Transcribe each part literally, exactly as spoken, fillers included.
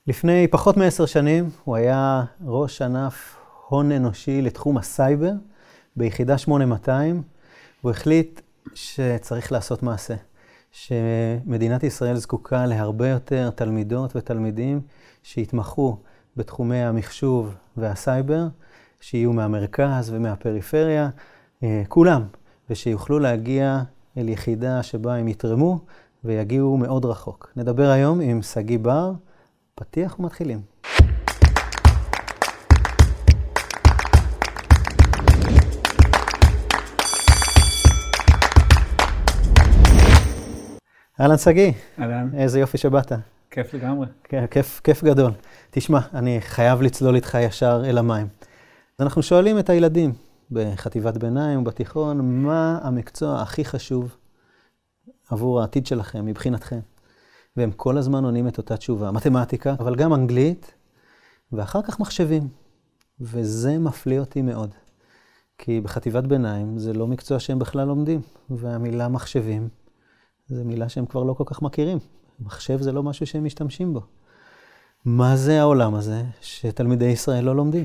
לפני פחות מעשר שנים הוא היה ראש ענף הון אנושי לתחום הסייבר ביחידה שמונה מאתיים. הוא החליט שצריך לעשות מעשה, שמדינת ישראל זקוקה להרבה יותר תלמידות ותלמידים שיתמחו בתחומי המחשוב והסייבר, שיהיו מהמרכז ומהפריפריה, כולם, ושיוכלו להגיע אל יחידה שבה הם יתרמו ויגיעו מאוד רחוק. נדבר היום עם סגי בר, פתיח ומתחילים. אהלן סגי. אהלן. איזה יופי שבאת. כיף לגמרי. כיף, כיף גדול. תשמע, אני חייב לצלול איתך ישר אל המים. אז אנחנו שואלים את הילדים בחטיבת ביניים ובתיכון, מה המקצוע הכי חשוב עבור העתיד שלכם, מבחינתכם? והם כל הזמן עונים את אותה תשובה, מתמטיקה, אבל גם אנגלית, ואחר כך מחשבים. וזה מפליא אותי מאוד. כי בחטיבת ביניים זה לא מקצוע שהם בכלל לומדים, והמילה מחשבים זה מילה שהם כבר לא כל כך מכירים. מחשב זה לא משהו שהם משתמשים בו. מה זה העולם הזה שתלמידי ישראל לא לומדים?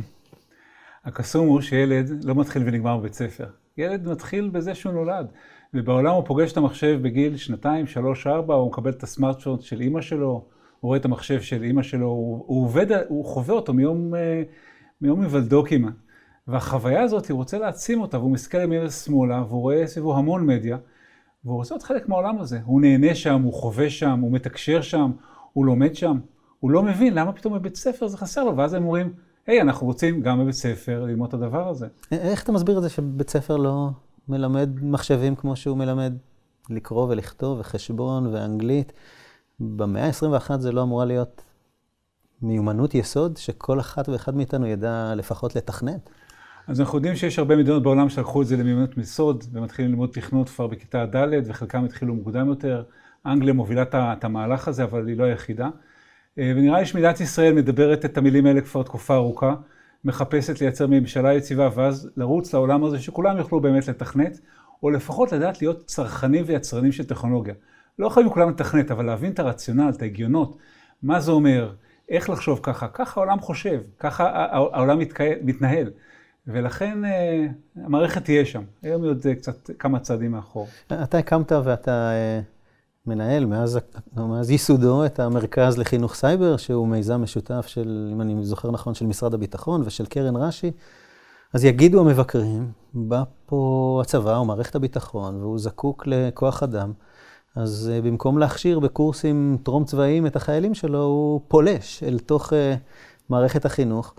הקסום הוא שילד לא מתחיל ונגמר בבית ספר. ילד מתחיל בזה שהוא נולד. ובעולם הוא פוגש את המחשב בגיל שנתיים, שלוש, ארבע, הוא מקבל את הסמארטפון של אמא שלו, הוא רואה את המחשב של אמא שלו, הוא, הוא עובד, הוא חווה אותו מיום, מיום מבלדו כמעט. והחוויה הזאת, הוא רוצה להעצים אותה, והוא מסתכל ימין לשמאלה, והוא רואה סביבו המון מדיה, והוא רוצה להיות חלק מהעולם הזה. הוא נהנה שם, הוא חווה שם, הוא מתקשר שם, הוא לומד שם. הוא לא מבין למה פתאום בבית ספר זה חסר לו, ואז הם אומרים, היי, אנחנו רוצים גם בבית ספר ללמוד את הדבר הזה. איך אתה מסביר את זה שבית ספר לא מלמד מחשבים כמו שהוא מלמד לקרוא ולכתוב וחשבון ואנגלית? במאה ה-עשרים ואחת זה לא אמורה להיות מיומנות יסוד שכל אחת ואחד מאיתנו ידע לפחות לתכנת? אז אנחנו יודעים שיש הרבה מדינות בעולם שלקחו את זה למיומנות יסוד ומתחילים ללמוד תכנות כבר בכיתה ד' וחלקם התחילו מוקדם יותר. אנגליה מובילה את המהלך הזה, אבל היא לא היחידה. ונראה לי שמדינת ישראל מדברת את המילים האלה כבר תקופה ארוכה, מחפשת לייצר ממשלה יציבה, ואז לרוץ לעולם הזה שכולם יוכלו באמת לתכנת, או לפחות לדעת להיות צרכנים ויצרנים של טכנולוגיה. לא יכולים כולם לתכנת, אבל להבין את הרציונל, את ההגיונות, מה זה אומר, איך לחשוב ככה, ככה העולם חושב, ככה העולם מתנהל. ולכן המערכת תהיה שם. היום היא עוד קצת כמה צעדים מאחור. אתה הקמת ואתה מנהל מאז, מאז ייסודו את המרכז לחינוך סייבר, שהוא מיזם משותף של, אם אני זוכר נכון, של משרד הביטחון ושל קרן רש"י. אז יגידו המבקרים, בא פה הצבא או מערכת הביטחון, והוא זקוק לכוח אדם. אז במקום להכשיר בקורסים טרום צבאיים את החיילים שלו, הוא פולש אל תוך מערכת החינוך,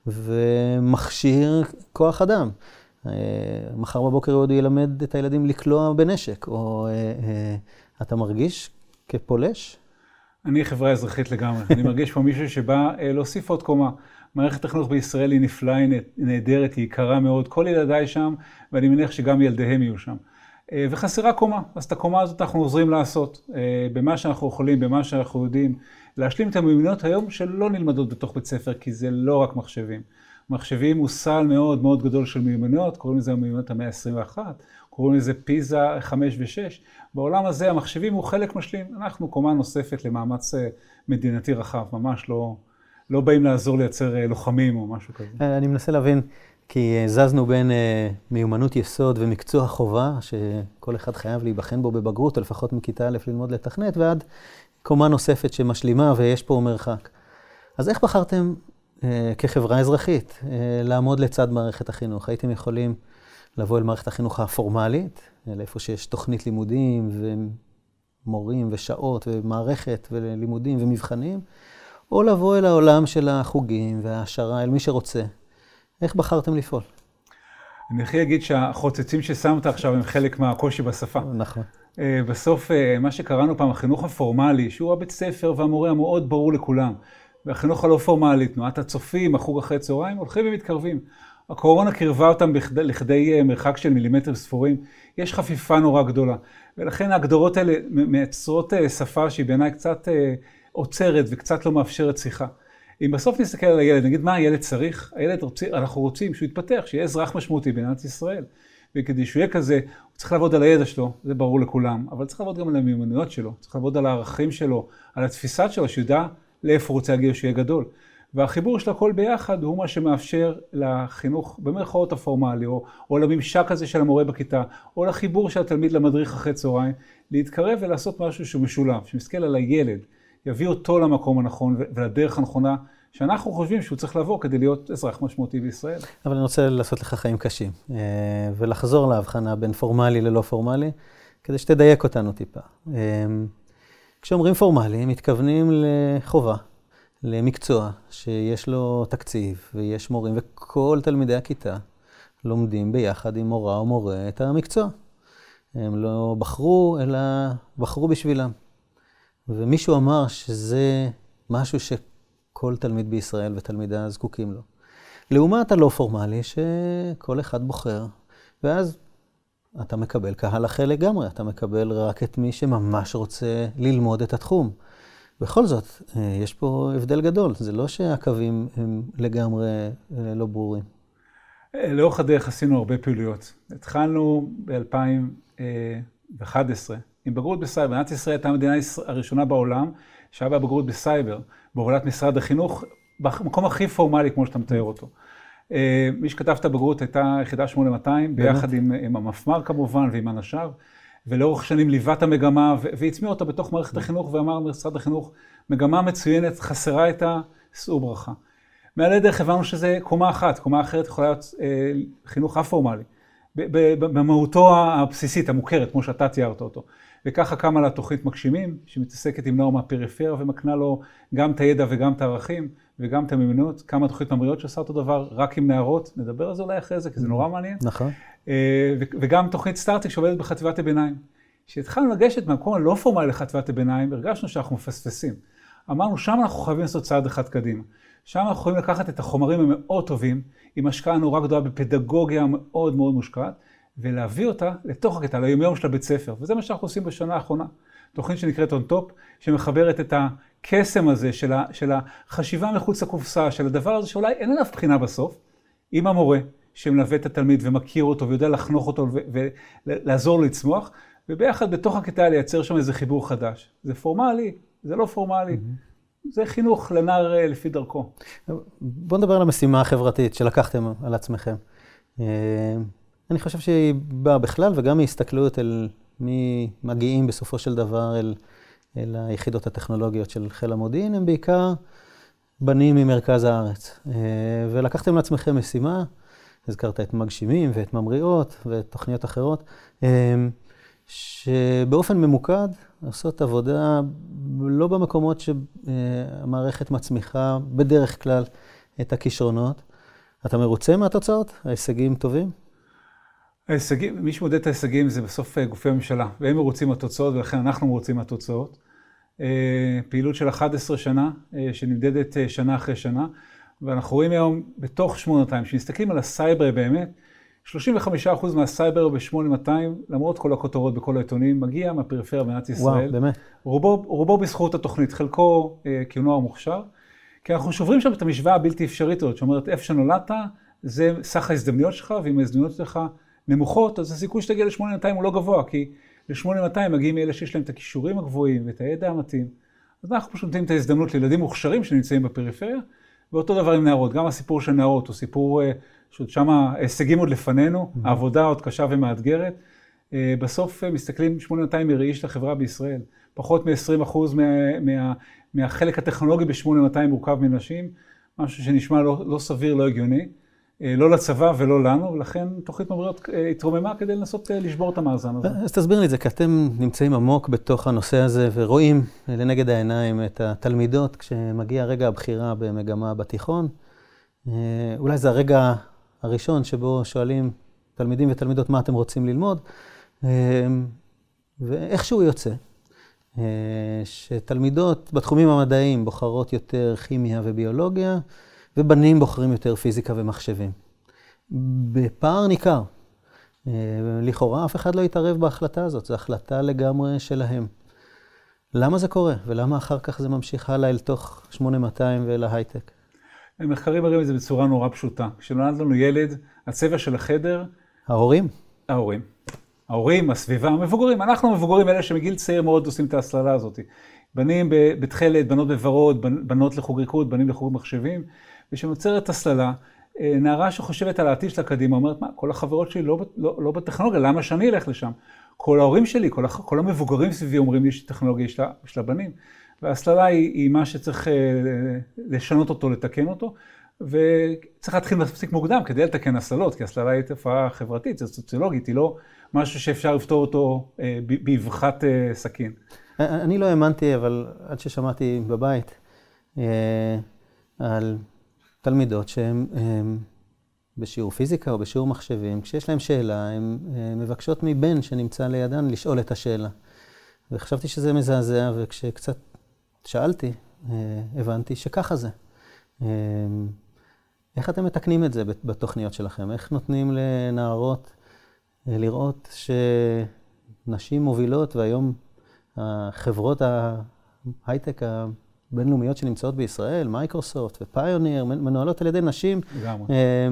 ומכשיר כוח אדם. מחר בבוקר הוא עוד ילמד את הילדים לקלוע בנשק, או אתה מרגיש כפולש? אני חברה אזרחית לגמרי. אני מרגיש פה מישהו שבא להוסיף עוד קומה. מערכת החינוך בישראל היא נפלאה, היא נהדרת, היא יקרה מאוד. כל ילדיי שם, ואני מניח שגם ילדיהם יהיו שם. וחסרה קומה. אז את הקומה הזאת אנחנו עוזרים לעשות. במה שאנחנו יכולים, במה שאנחנו יודעים. להשלים את המיומנויות היום שלא נלמדות בתוך בית ספר, כי זה לא רק מחשבים. מחשבים הוא סל מאוד מאוד גדול של מיומנויות, קוראים לזה המיומנויות המאה ה-עשרים ואחת, קוראים לזה פיזה חמש ושש. בעולם הזה המחשבים הוא חלק משלים. אנחנו קומה נוספת למאמץ מדינתי רחב, ממש לא, לא באים לעזור לייצר לוחמים או משהו כזה. אני מנסה להבין, כי זזנו בין מיומנות יסוד ומקצוע חובה, שכל אחד חייב להיבחן בו בבגרות, או לפחות מכיתה א' ללמוד לתכנת, ועד קומה נוספת שמשלימה ויש פה מרחק. אז איך בחרתם אה, כחברה אזרחית אה, לעמוד לצד מערכת החינוך? הייתם יכולים לבוא אל מערכת החינוך הפורמלית, לאיפה שיש תוכנית לימודים ומורים ושעות ומערכת ולימודים ומבחנים, או לבוא אל העולם של החוגים וההשערה, אל מי שרוצה. איך בחרתם לפעול? אני הכי אגיד שהחוצצים ששמת עכשיו הם חלק מהקושי בשפה. נכון. בסוף, מה שקראנו פעם, החינוך הפורמלי, שהוא הבית ספר והמורה המאוד ברור לכולם, והחינוך הלא פורמלי, תנועת הצופים, החוג אחרי צהריים, הולכים ומתקרבים. הקורונה קרבה אותם לכדי, לכדי מרחק של מילימטרים ספורים, יש חפיפה נורא גדולה, ולכן ההגדרות האלה מייצרות שפה שהיא בעיניי קצת עוצרת וקצת לא מאפשרת שיחה. אם בסוף נסתכל על הילד, נגיד מה הילד צריך, הילד רוצים, אנחנו רוצים שהוא יתפתח, שיהיה אזרח משמעותי במדינת ישראל. וכדי שהוא יהיה כזה, הוא צריך לעבוד על הידע שלו, זה ברור לכולם, אבל צריך לעבוד גם על המיומנויות שלו, צריך לעבוד על הערכים שלו, על התפיסה שלו, שיודע לאיפה הוא רוצה להגיע שיהיה גדול. והחיבור של הכל ביחד הוא מה שמאפשר לחינוך במרכאות הפורמלי, או, או לממשק הזה של המורה בכיתה, או לחיבור של התלמיד למדריך אחרי צהריים, להתקרב ולעשות משהו שהוא משולב, שמסתכל על הילד, יביא אותו למקום הנכון ולדרך הנכונה, שאנחנו חושבים שהוא צריך לעבור כדי להיות אזרח משמעותי בישראל. אבל אני רוצה לעשות לך חיים קשים, ולחזור להבחנה בין פורמלי ללא פורמלי, כדי שתדייק אותנו טיפה. כשאומרים פורמלי, מתכוונים לחובה, למקצוע שיש לו תקציב, ויש מורים, וכל תלמידי הכיתה לומדים ביחד עם מורה או מורה את המקצוע. הם לא בחרו, אלא בחרו בשבילם. ומישהו אמר שזה משהו שכל תלמיד בישראל ותלמידה זקוקים לו. לעומת הלא פורמלי, שכל אחד בוחר, ואז אתה מקבל קהל אחר לגמרי, אתה מקבל רק את מי שממש רוצה ללמוד את התחום. בכל זאת, יש פה הבדל גדול, זה לא שהקווים הם לגמרי לא ברורים. לאורך הדרך עשינו הרבה פעילויות. התחלנו ב-אלפיים ואחת עשרה עם בגרות בסייבר. מדינת ישראל הייתה המדינה הראשונה בעולם שהיה בה בגרות בסייבר, בהובלת משרד החינוך, במקום הכי פורמלי כמו שאתה מתאר אותו. מי שכתב את הבגרות הייתה יחידה שמונה מאתיים, ביחד עם, עם המפמ"ר כמובן ועם אנשיו, ולאורך שנים ליווה את המגמה והצמיע אותה בתוך מערכת החינוך, ואמר משרד החינוך, מגמה מצוינת, חסרה את שאו ברכה. מעל הדרך הבנו שזה קומה אחת, קומה אחרת יכולה להיות אה, חינוך א-פורמלי, במהותו הבסיסית, המוכרת, כמו שאתה תיארת אותו. וככה קמה לה תוכנית מגשימים, שמתעסקת עם נוער מהפריפריה, ומקנה לו גם את הידע וגם את הערכים, וגם את המיומנויות, כמה תוכנית ממריאות שעושה אותו דבר, רק עם נערות, נדבר על זה אולי אחרי זה, כי זה נורא מעניין. נכון. וגם תוכנית סטארט-טק שעובדת בחטיבת הביניים. כשהתחלנו לגשת מהמקום הלא פורמלי לחטיבת הביניים, הרגשנו שאנחנו מפספסים. אמרנו, שם אנחנו חייבים לעשות צעד אחד קדימה. שם אנחנו יכולים לקחת את החומרים המאוד טובים, עם השקעה נורא גדולה בפדגוגיה מאוד מאוד מושקעת, ולהביא אותה לתוך הכיתה, ליום-יום של הבית ספר. וזה מה שאנחנו עושים בשנה האחרונה. תוכנית שנקראת On Top, שמחברת את הקסם הזה של, ה, של החשיבה מחוץ לקופסה, של הדבר הזה שאולי אין עליו בחינה בסוף, עם המורה שמלווה את התלמיד ומכיר אותו ויודע לחנוך אותו ולעזור לו לצמוח, וביחד בתוך הכיתה לייצר שם איזה חיבור חדש. זה פורמלי, זה לא פורמלי. Mm-hmm. זה חינוך לנער לפי דרכו. בואו נדבר על המשימה החברתית שלקחתם על עצמכם. אני חושב שהיא באה בכלל, וגם ההסתכלות אל מי מגיעים בסופו של דבר אל, אל היחידות הטכנולוגיות של חיל המודיעין, הם בעיקר בנים ממרכז הארץ. ולקחתם לעצמכם משימה, הזכרת את מגשימים ואת ממריאות ואת תוכניות אחרות, שבאופן ממוקד עושות עבודה לא במקומות שהמערכת מצמיחה בדרך כלל את הכישרונות. אתה מרוצה מהתוצאות? ההישגים טובים? ההישגים, מי שמודד את ההישגים זה בסוף גופי הממשלה, והם מרוצים מהתוצאות ולכן אנחנו מרוצים מהתוצאות. פעילות של אחת עשרה שנה, שנמדדת שנה אחרי שנה, ואנחנו רואים היום בתוך שמונה מאתיים, כשנסתכלים על הסייבר באמת, שלושים וחמישה אחוז מהסייבר ב-שמונה מאתיים, למרות כל הכותרות בכל העיתונים, מגיע מהפריפריה במדינת ישראל. וואו, באמת. רובו, רובו בזכות התוכנית, חלקו כנוער מוכשר, כי אנחנו שוברים שם את המשוואה הבלתי אפשרית הזאת, שאומרת, איפה שנולדת, זה סך ההזדמנויות שלך, ואם ההזדמנויות שלך נמוכות, אז הסיכוי שתגיע ל-שמונה מאתיים הוא לא גבוה, כי ל-שמונה מאתיים מגיעים מאלה שיש להם את הכישורים הגבוהים ואת הידע המתאים. אז אנחנו פשוט נותנים את ההזדמנות לילדים מוכשרים שנמצאים בפריפריה, ואותו דבר עם נערות. גם הסיפור של נערות הוא סיפור ששם ההישגים עוד לפנינו, mm-hmm. העבודה עוד קשה ומאתגרת. בסוף מסתכלים שמונה מאתיים מראי של החברה בישראל. פחות מ-עשרים אחוז מה, מה, מהחלק הטכנולוגי ב-שמונה מאתיים מורכב מנשים, משהו שנשמע לא, לא סביר, לא הגיוני. לא לצבא ולא לנו, ולכן תוכנית ממריאות התרוממה כדי לנסות לשבור את המאזן הזה. אז תסביר לי את זה, כי אתם נמצאים עמוק בתוך הנושא הזה, ורואים לנגד העיניים את התלמידות, כשמגיע רגע הבחירה במגמה בתיכון. אולי זה הרגע הראשון שבו שואלים תלמידים ותלמידות מה אתם רוצים ללמוד, ואיכשהו יוצא, שתלמידות בתחומים המדעיים בוחרות יותר כימיה וביולוגיה, ובנים בוחרים יותר פיזיקה ומחשבים. בפער ניכר. לכאורה אף אחד לא יתערב בהחלטה הזאת, זו החלטה לגמרי שלהם. למה זה קורה? ולמה אחר כך זה ממשיך הלאה אל תוך שמונה מאתיים ואל ההייטק? המחקרים מראים את זה בצורה נורא פשוטה. כשנולד לנו ילד, הצבע של החדר... ההורים? ההורים. ההורים, הסביבה, המבוגרים. אנחנו מבוגרים אלה שמגיל צעיר מאוד עושים את ההסללה הזאת. בנים בתכלת, בנות בוורוד, בנות לחוג ריקוד, בנים לחוג מחשבים, ושנוצרת הסללה, נערה שחושבת על העתיד שלה קדימה, אומרת, מה, כל החברות שלי לא, לא, לא בטכנולוגיה, למה שאני אלך לשם? כל ההורים שלי, כל, כל המבוגרים סביבי אומרים לי שטכנולוגיה יש לה, יש לה בנים. וההסללה היא, היא מה שצריך לשנות אותו, לתקן אותו, וצריך להתחיל מספיק מוקדם כדי לתקן הסללות, כי הסללה היא תופעה חברתית, זה סוציולוגית, היא לא משהו שאפשר לפתור אותו באבחת סכין. אני לא האמנתי, אבל עד ששמעתי בבית על תלמידות שהן בשיעור פיזיקה או בשיעור מחשבים, כשיש להם שאלה, הן מבקשות מבן שנמצא לידן לשאול את השאלה. וחשבתי שזה מזעזע, וכשקצת שאלתי, הבנתי שככה זה. איך אתם מתקנים את זה בתוכניות שלכם? איך נותנים לנערות לראות שנשים מובילות, והיום החברות ההייטק הבינלאומיות שנמצאות בישראל, מייקרוסופט ופיוניר, מנוהלות על ידי נשים, לגמרי.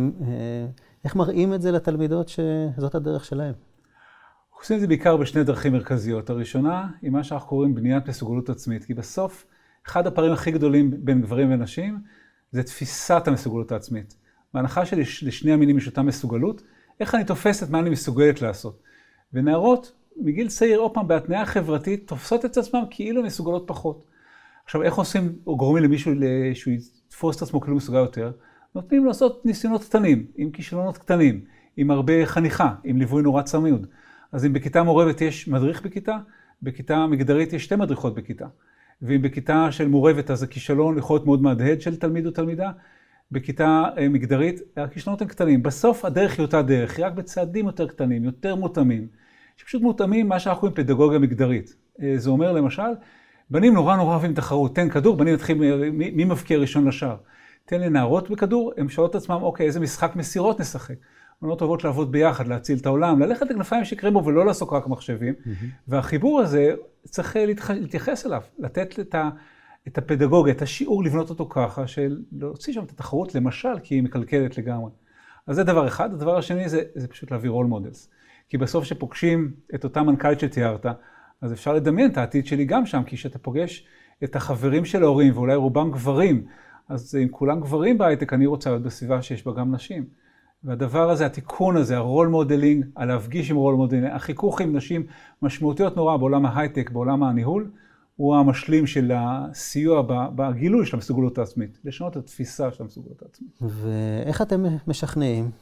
איך מראים את זה לתלמידות שזאת הדרך שלהם? עושים את זה בעיקר בשני דרכים מרכזיות. הראשונה היא מה שאנחנו קוראים בניית מסוגלות עצמית, כי בסוף אחד הפערים הכי גדולים בין גברים ונשים זה תפיסת המסוגלות העצמית. בהנחה שלי לשני המינים יש אותה מסוגלות, איך אני תופסת מה אני מסוגלת לעשות. ונערות מגיל צעיר, עוד פעם, בהתניה חברתית, תופסות את עצמם כאילו מסוגלות פחות. עכשיו, איך עושים, או גורמים למישהו שהוא יתפוס את עצמו כאילו מסוגל יותר? נותנים לעשות ניסיונות קטנים, עם כישלונות קטנים, עם הרבה חניכה, עם ליווי נורא צמוד. אז אם בכיתה מעורבת יש מדריך בכיתה, בכיתה מגדרית יש שתי מדריכות בכיתה. ואם בכיתה של מעורבת, אז הכישלון יכול להיות מאוד מהדהד של תלמיד או תלמידה. בכיתה מגדרית, הכישלונות הם קטנים. בסוף הדרך היא אותה דרך, היא רק בצעדים יותר קטנים, יותר מותאמים. שפשוט מותאמים מה שאנחנו קוראים פדגוגיה מגדרית. זה אומר למשל, בנים נורא נורא אוהבים תחרות. תן כדור, בנים נתחיל, מי, מי מבקיע ראשון לשער? תן לנערות בכדור, הם שואלות עצמם, אוקיי, איזה משחק מסירות נשחק? בנות אוהבות לעבוד ביחד, להציל את העולם, ללכת לכנפיים שקרים בו ולא לעסוק רק מחשבים. Mm-hmm. והחיבור הזה צריך להתייחס אליו, לתת את, ה, את הפדגוגיה, את השיעור, לבנות אותו ככה, של להוציא שם את התחרות למשל, כי היא מקלקלת לגמרי. אז זה דבר אחד. הדבר השני זה, זה פשוט להביא רול מודלס. כי בסוף שפוגשים את אותה מנכ"לית שתיארת, אז אפשר לדמיין את העתיד שלי גם שם, כי כשאתה פוגש את החברים של ההורים, ואולי רובם גברים, אז אם כולם גברים בהייטק, אני רוצה להיות בסביבה שיש בה גם נשים. והדבר הזה, התיקון הזה, הרול מודלינג, על להפגיש עם רול מודלינג, החיכוך עם נשים משמעותיות נורא בעולם ההייטק, בעולם הניהול, הוא המשלים של הסיוע בגילוי של המסוגלות העצמית, לשנות את התפיסה של המסוגלות העצמית. ואיך אתם משכנעים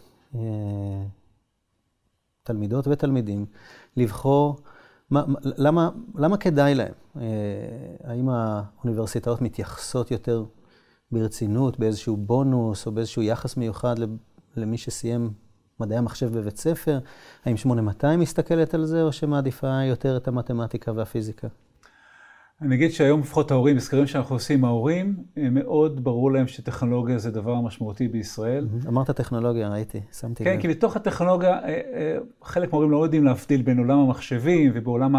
תלמידות ותלמידים לבחור, מה, למה, למה כדאי להם? האם האוניברסיטאות מתייחסות יותר ברצינות, באיזשהו בונוס או באיזשהו יחס מיוחד למי שסיים מדעי המחשב בבית ספר? האם שמונה מאתיים מסתכלת על זה, או שמעדיפה יותר את המתמטיקה והפיזיקה? אני אגיד שהיום לפחות ההורים, בסקרים שאנחנו עושים, ההורים, מאוד ברור להם שטכנולוגיה זה דבר משמעותי בישראל. אמרת טכנולוגיה, ראיתי, שמתי לב. כן, כי בתוך הטכנולוגיה, חלק מההורים לא יודעים להבדיל בין עולם המחשבים ובעולם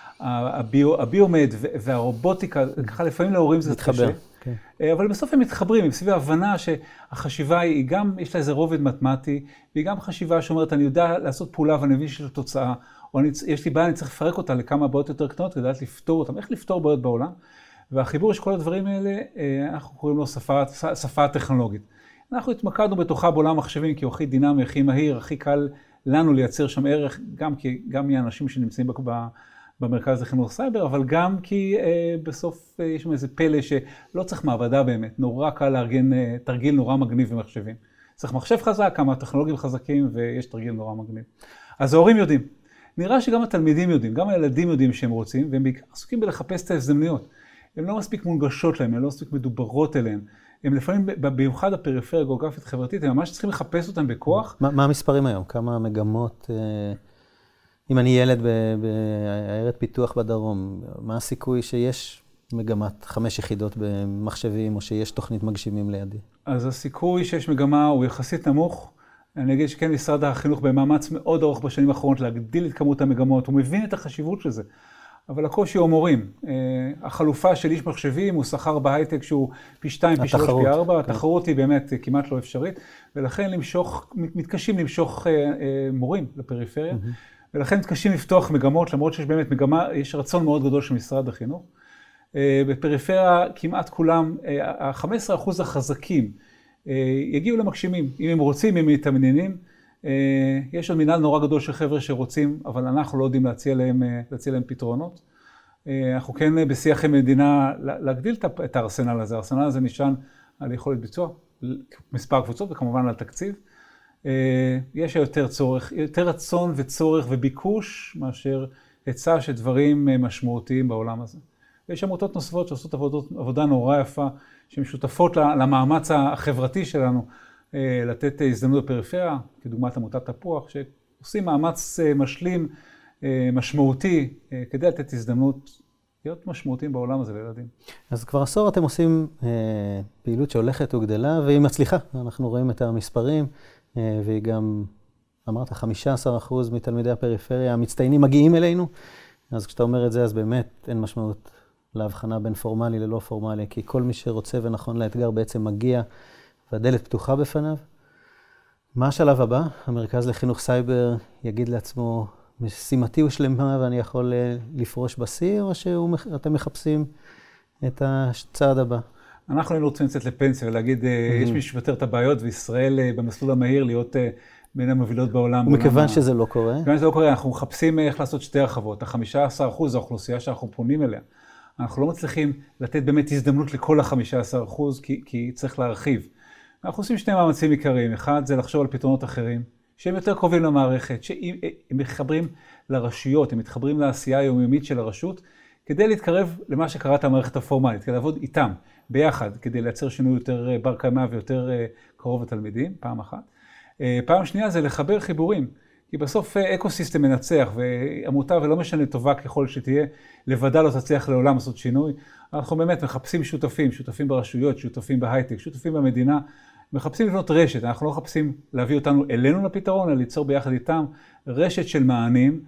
הביומד והרובוטיקה, ככה לפעמים להורים זה קשה. אבל בסוף הם מתחברים, הם סביב ההבנה שהחשיבה היא גם, יש לה איזה רובד מתמטי, והיא גם חשיבה שאומרת, אני יודע לעשות פעולה ואני מבין שיש לה תוצאה, או אני, יש לי בעיה, אני צריך לפרק אותה לכמה בעיות יותר קטנות, כדי לדעת לפתור אותם, איך לפתור בעיות בעולם. והחיבור של כל הדברים האלה, אנחנו קוראים לו שפה, שפה הטכנולוגית. אנחנו התמקדנו בתוכה בעולם המחשבים, כי הוא הכי דינמי, הכי מהיר, הכי קל לנו לייצר שם ערך, גם כי, גם מהאנשים שנמצאים ב... במרכז לחינוך סייבר, אבל גם כי אה, בסוף אה, יש שם איזה פלא שלא צריך מעבדה באמת, נורא קל לארגן אה, תרגיל נורא מגניב ומחשבים. צריך מחשב חזק, כמה טכנולוגים חזקים, ויש תרגיל נורא מגניב. אז ההורים יודעים. נראה שגם התלמידים יודעים, גם הילדים יודעים שהם רוצים, והם בעיקר עסוקים בלחפש את ההזדמנויות. הן לא מספיק מונגשות להם, הן לא מספיק מדוברות אליהן. הם לפעמים, במיוחד הפריפריה הגיאוגרפית חברתית, הם ממש צריכים לחפש אותם בכוח. מה, מה המספרים היום? כמה מגמות... אה... אם אני ילד בעיירת פיתוח בדרום, מה הסיכוי שיש מגמת חמש יחידות במחשבים, או שיש תוכנית מגשימים לידי? אז הסיכוי שיש מגמה הוא יחסית נמוך. אני אגיד שכן, משרד החינוך במאמץ מאוד ארוך בשנים האחרונות להגדיל את כמות המגמות, הוא מבין את החשיבות של זה. אבל הקושי הוא מורים. החלופה של איש מחשבים הוא שכר בהייטק שהוא פי שתיים, פי שלוש, פי ארבע. התחרות היא באמת כמעט לא אפשרית, ולכן למשוך, מתקשים למשוך מורים לפריפריה. ולכן מתקשים לפתוח מגמות, למרות שיש באמת מגמה, יש רצון מאוד גדול של משרד החינוך. בפריפריה כמעט כולם, ה-חמישה עשר אחוז החזקים יגיעו למגשימים, אם הם רוצים, אם הם מתעניינים. יש עוד מנהל נורא גדול של חבר'ה שרוצים, אבל אנחנו לא יודעים להציע להם, להציע להם פתרונות. אנחנו כן בשיח עם מדינה להגדיל את הארסנל הזה. הארסנל הזה נשען על יכולת ביצוע, מספר קבוצות וכמובן על תקציב. יש יותר צורך, יותר רצון וצורך וביקוש מאשר היצע של דברים משמעותיים בעולם הזה. ויש עמותות נוספות שעושות עבודות, עבודה נורא יפה, שמשותפות למאמץ החברתי שלנו לתת הזדמנות בפריפריה, כדוגמת עמותת תפוח, שעושים מאמץ משלים, משמעותי, כדי לתת הזדמנות להיות משמעותיים בעולם הזה לילדים. אז כבר עשור אתם עושים פעילות שהולכת וגדלה, והיא מצליחה. אנחנו רואים את המספרים, והיא גם, אמרת, חמישה עשר אחוז מתלמידי הפריפריה המצטיינים מגיעים אלינו. אז כשאתה אומר את זה, אז באמת אין משמעות להבחנה בין פורמלי ללא פורמלי, כי כל מי שרוצה ונכון לאתגר בעצם מגיע, והדלת פתוחה בפניו. מה השלב הבא? המרכז לחינוך סייבר יגיד לעצמו, משימתי ושלמה ואני יכול לפרוש בשיא, או שאתם מחפשים את הצעד הבא? אנחנו היינו רוצים לצאת לפנסיה ולהגיד, יש מי שפותר את הבעיות, וישראל במסלול המהיר להיות בין המובילות בעולם. ומכיוון שזה לא קורה? מכיוון שזה לא קורה, אנחנו מחפשים איך לעשות שתי רחבות. ה-חמישה עשר אחוז האוכלוסייה שאנחנו פונים אליה. אנחנו לא מצליחים לתת באמת הזדמנות לכל ה-חמישה עשר אחוז, כי, כי צריך להרחיב. אנחנו עושים שני מאמצים עיקריים. אחד, זה לחשוב על פתרונות אחרים, שהם יותר קרובים למערכת, שהם מתחברים לרשויות, הם מתחברים לעשייה היומיומית של הרשות, כדי להתקרב למה שקראת המערכת הפורמלית, כדי לעבוד איתם, ביחד, כדי לייצר שינוי יותר בר קיימא ויותר קרוב לתלמידים, פעם אחת. פעם שנייה זה לחבר חיבורים, כי בסוף אקוסיסטם מנצח, ועמותה ולא משנה טובה ככל שתהיה, לבדה לא תצליח לעולם לעשות שינוי. אנחנו באמת מחפשים שותפים, שותפים ברשויות, שותפים בהייטק, שותפים במדינה, מחפשים לבנות רשת, אנחנו לא מחפשים להביא אותנו אלינו לפתרון, אלא ליצור ביחד איתם רשת של מענים,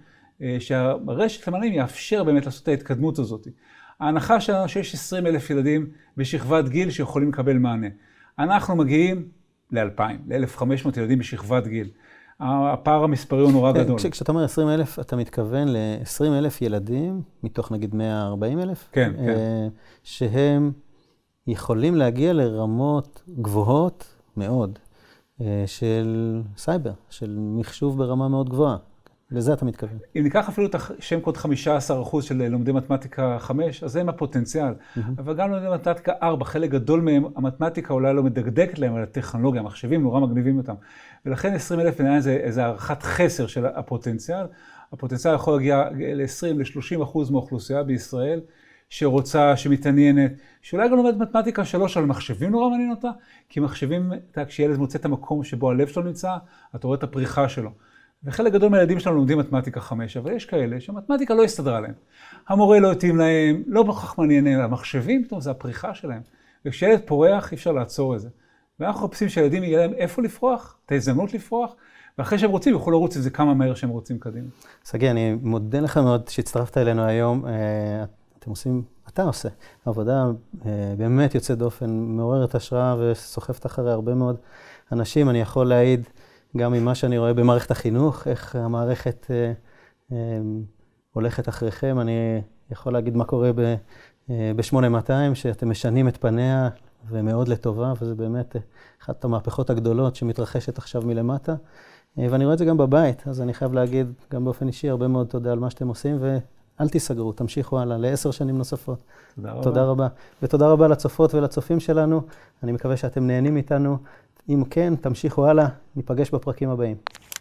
שהרשת של מענים יאפשר באמת לעשות את ההתקדמות הזאת. ההנחה שלנו שיש עשרים אלף ילדים בשכבת גיל שיכולים לקבל מענה. אנחנו מגיעים ל-אלפיים, ל-אלף וחמש מאות ילדים בשכבת גיל. הפער המספרי הוא נורא גדול. כשאתה אומר עשרים אלף, אתה מתכוון ל-עשרים אלף ילדים, מתוך נגיד מאה וארבעים אלף? כן, כן. שהם יכולים להגיע לרמות גבוהות מאוד של סייבר, של מחשוב ברמה מאוד גבוהה. לזה אתה מתכוון. אם ניקח אפילו את השם קוד חמישה עשר אחוז של לומדי מתמטיקה חמש, אז זה עם הפוטנציאל. Mm-hmm. אבל גם לומדי מתמטיקה ארבע, חלק גדול מהם, המתמטיקה אולי לא מדקדקת להם, אבל הטכנולוגיה, המחשבים נורא מגניבים אותם. ולכן עשרים אלף נראה איזה, איזה הערכת חסר של הפוטנציאל. הפוטנציאל יכול להגיע ל-עשרים לשלושים אחוז מהאוכלוסייה בישראל, שרוצה, שמתעניינת, שאולי גם לומד מתמטיקה שלוש, אבל מחשבים נורא מעניין אותה, כי מחשבים, כשילד מוצא את המקום שבו הלב שלו נמצא, אתה רואה את הפריחה שלו. וחלק גדול מהילדים שלנו לומדים מתמטיקה חמש, אבל יש כאלה שהמתמטיקה לא הסתדרה להם. המורה לא התאים להם, לא בכך מעניין, המחשבים, פתאום זה הפריחה שלהם. וכשילד פורח, אי אפשר לעצור את זה. ואנחנו חפשים שהילדים יהיה להם איפה לפרוח, את ההזדמנות לפרוח, ואחרי שהם רוצים, יוכלו לרוץ את זה כמה מהר שהם רוצים קדימה. סגי, אני מודה לך מאוד שהצטרפת אלינו היום. אתם עושים, אתה עושה, עבודה באמת יוצאת דופן, מעוררת השראה וסוחפת אחרי הרבה מאוד אנשים. אני יכול להעיד גם ממה שאני רואה במערכת החינוך, איך המערכת אה, אה, הולכת אחריכם. אני יכול להגיד מה קורה ב-שמונה מאתיים, שאתם משנים את פניה ומאוד לטובה, וזה באמת אחת המהפכות הגדולות שמתרחשת עכשיו מלמטה. אה, ואני רואה את זה גם בבית, אז אני חייב להגיד גם באופן אישי הרבה מאוד תודה על מה שאתם עושים, ואל תיסגרו, תמשיכו הלאה לעשר שנים נוספות. תודה רבה. תודה רבה. ותודה רבה לצופות ולצופים שלנו. אני מקווה שאתם נהנים איתנו. אם כן, תמשיכו הלאה, ניפגש בפרקים הבאים.